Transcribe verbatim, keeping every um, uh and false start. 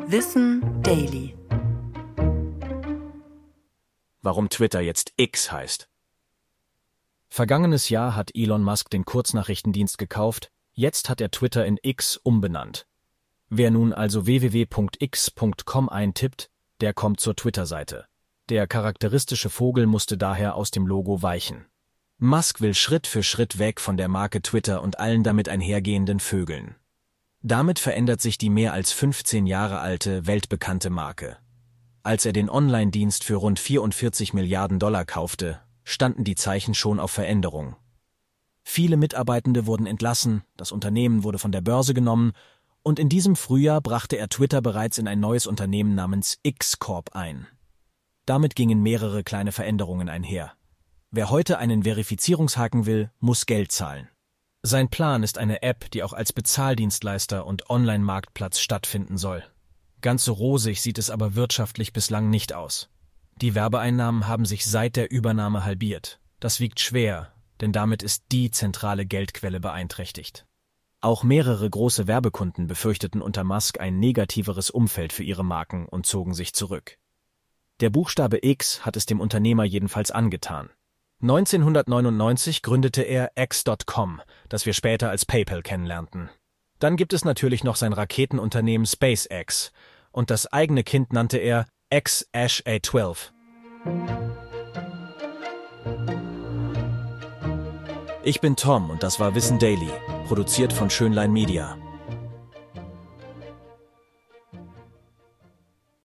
Wissen Daily. Warum Twitter jetzt X heißt. Vergangenes Jahr hat Elon Musk den Kurznachrichtendienst gekauft, jetzt hat er Twitter in X umbenannt. Wer nun also w w w punkt x punkt com eintippt, der kommt zur Twitter-Seite. Der charakteristische Vogel musste daher aus dem Logo weichen. Musk will Schritt für Schritt weg von der Marke Twitter und allen damit einhergehenden Vögeln. Damit verändert sich die mehr als fünfzehn Jahre alte, weltbekannte Marke. Als er den Online-Dienst für rund vierundvierzig Milliarden Dollar kaufte, standen die Zeichen schon auf Veränderung. Viele Mitarbeitende wurden entlassen, das Unternehmen wurde von der Börse genommen und in diesem Frühjahr brachte er Twitter bereits in ein neues Unternehmen namens X Corp ein. Damit gingen mehrere kleine Veränderungen einher. Wer heute einen Verifizierungshaken will, muss Geld zahlen. Sein Plan ist eine App, die auch als Bezahldienstleister und Online-Marktplatz stattfinden soll. Ganz so rosig sieht es aber wirtschaftlich bislang nicht aus. Die Werbeeinnahmen haben sich seit der Übernahme halbiert. Das wiegt schwer, denn damit ist die zentrale Geldquelle beeinträchtigt. Auch mehrere große Werbekunden befürchteten unter Musk ein negativeres Umfeld für ihre Marken und zogen sich zurück. Der Buchstabe X hat es dem Unternehmer jedenfalls angetan. neunzehnhundertneunundneunzig gründete er X Punkt com, das wir später als PayPal kennenlernten. Dann gibt es natürlich noch sein Raketenunternehmen SpaceX und das eigene Kind nannte er X A zwölf. Ich bin Tom und das war Wissen Daily, produziert von Schönlein Media.